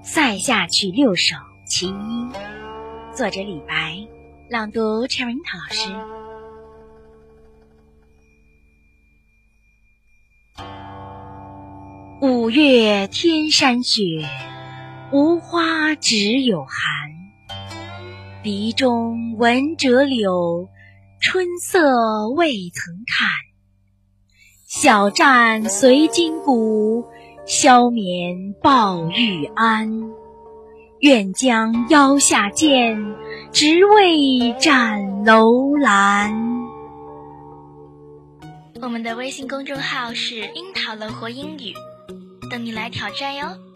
塞下曲六首其一，作者李白，朗读陈文涛老师。五月天山雪，无花只有寒。鼻中闻折柳，春色未曾看。小战随金鼓，消眠抱玉鞍。愿将腰下剑，直为斩楼兰。 我们的微信公众号是樱桃乐活英语，等你来挑战哟。